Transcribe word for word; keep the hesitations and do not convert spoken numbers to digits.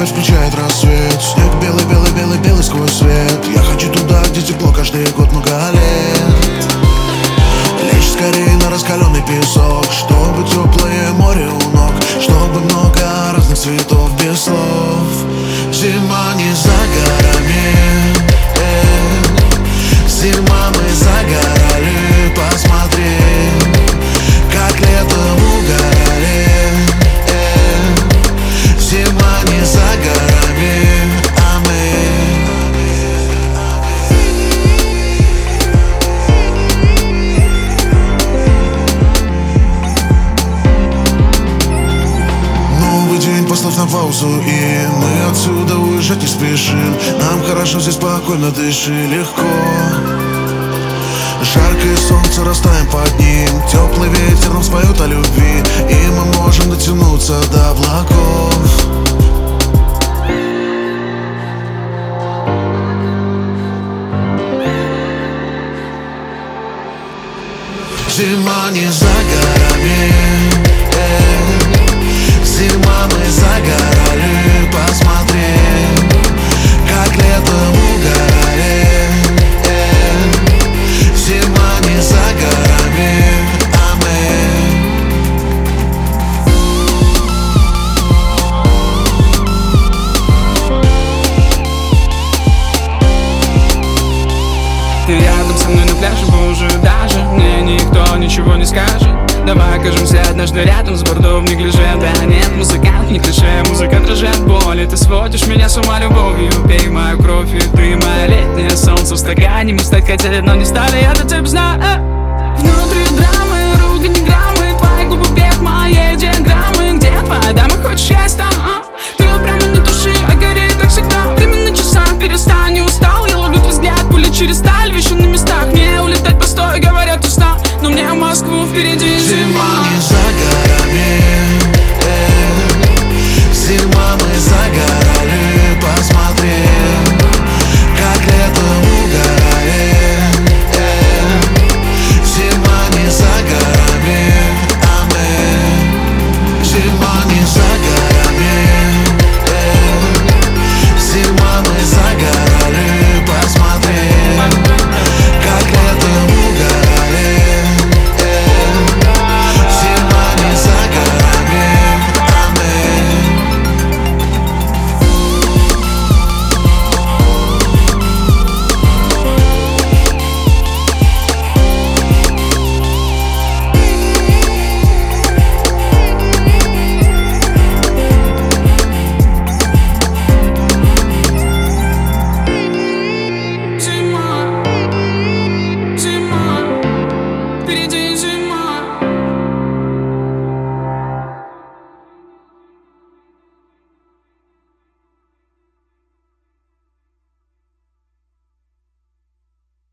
опять включает рассвет. Снег белый-белый-белый-белый сквозь свет. Я хочу туда, где тепло каждый год много лет. Лечь скорее на раскаленный песок, чтобы теплое море у ног, чтобы много разных цветов без слов. Зима не за горами, э, зима мы загорали. Посмотри, как летом угорали, э, зима не за горами, а мы. Новый день послав на паузу, и мы отсюда уезжать не спешим. Нам хорошо здесь, спокойно дыши, легко. Жаркое солнце, растаем под ним. Теплый ветер нам споет о любви, и мы можем дотянуться до облаков. Зима не за горами, э, зима мы загорали. Посмотри, как летом угорали, э, зима не за горами, а мы. Ты рядом со мной на пляже, боже, даже мне никто ничего не скажет. Давай окажемся однажды рядом с бордо в неглиже. Да нет, музыкант не клише, музыка дрожит боли. Ты сводишь меня с ума любовью, пей мою кровь, и ты мое летнее солнце в стакане. Мы стать хотели, но не стали, я до тебя знаю. Внутри драмы, ругань граммы, твои губы бег моей диаграммы. Где твоя дама, хочешь есть там? А? Ты прямо на душе, а горит, как всегда. Время на часах, перестань, не устал. Я ловлю твой взгляд, пули через сталь, вещи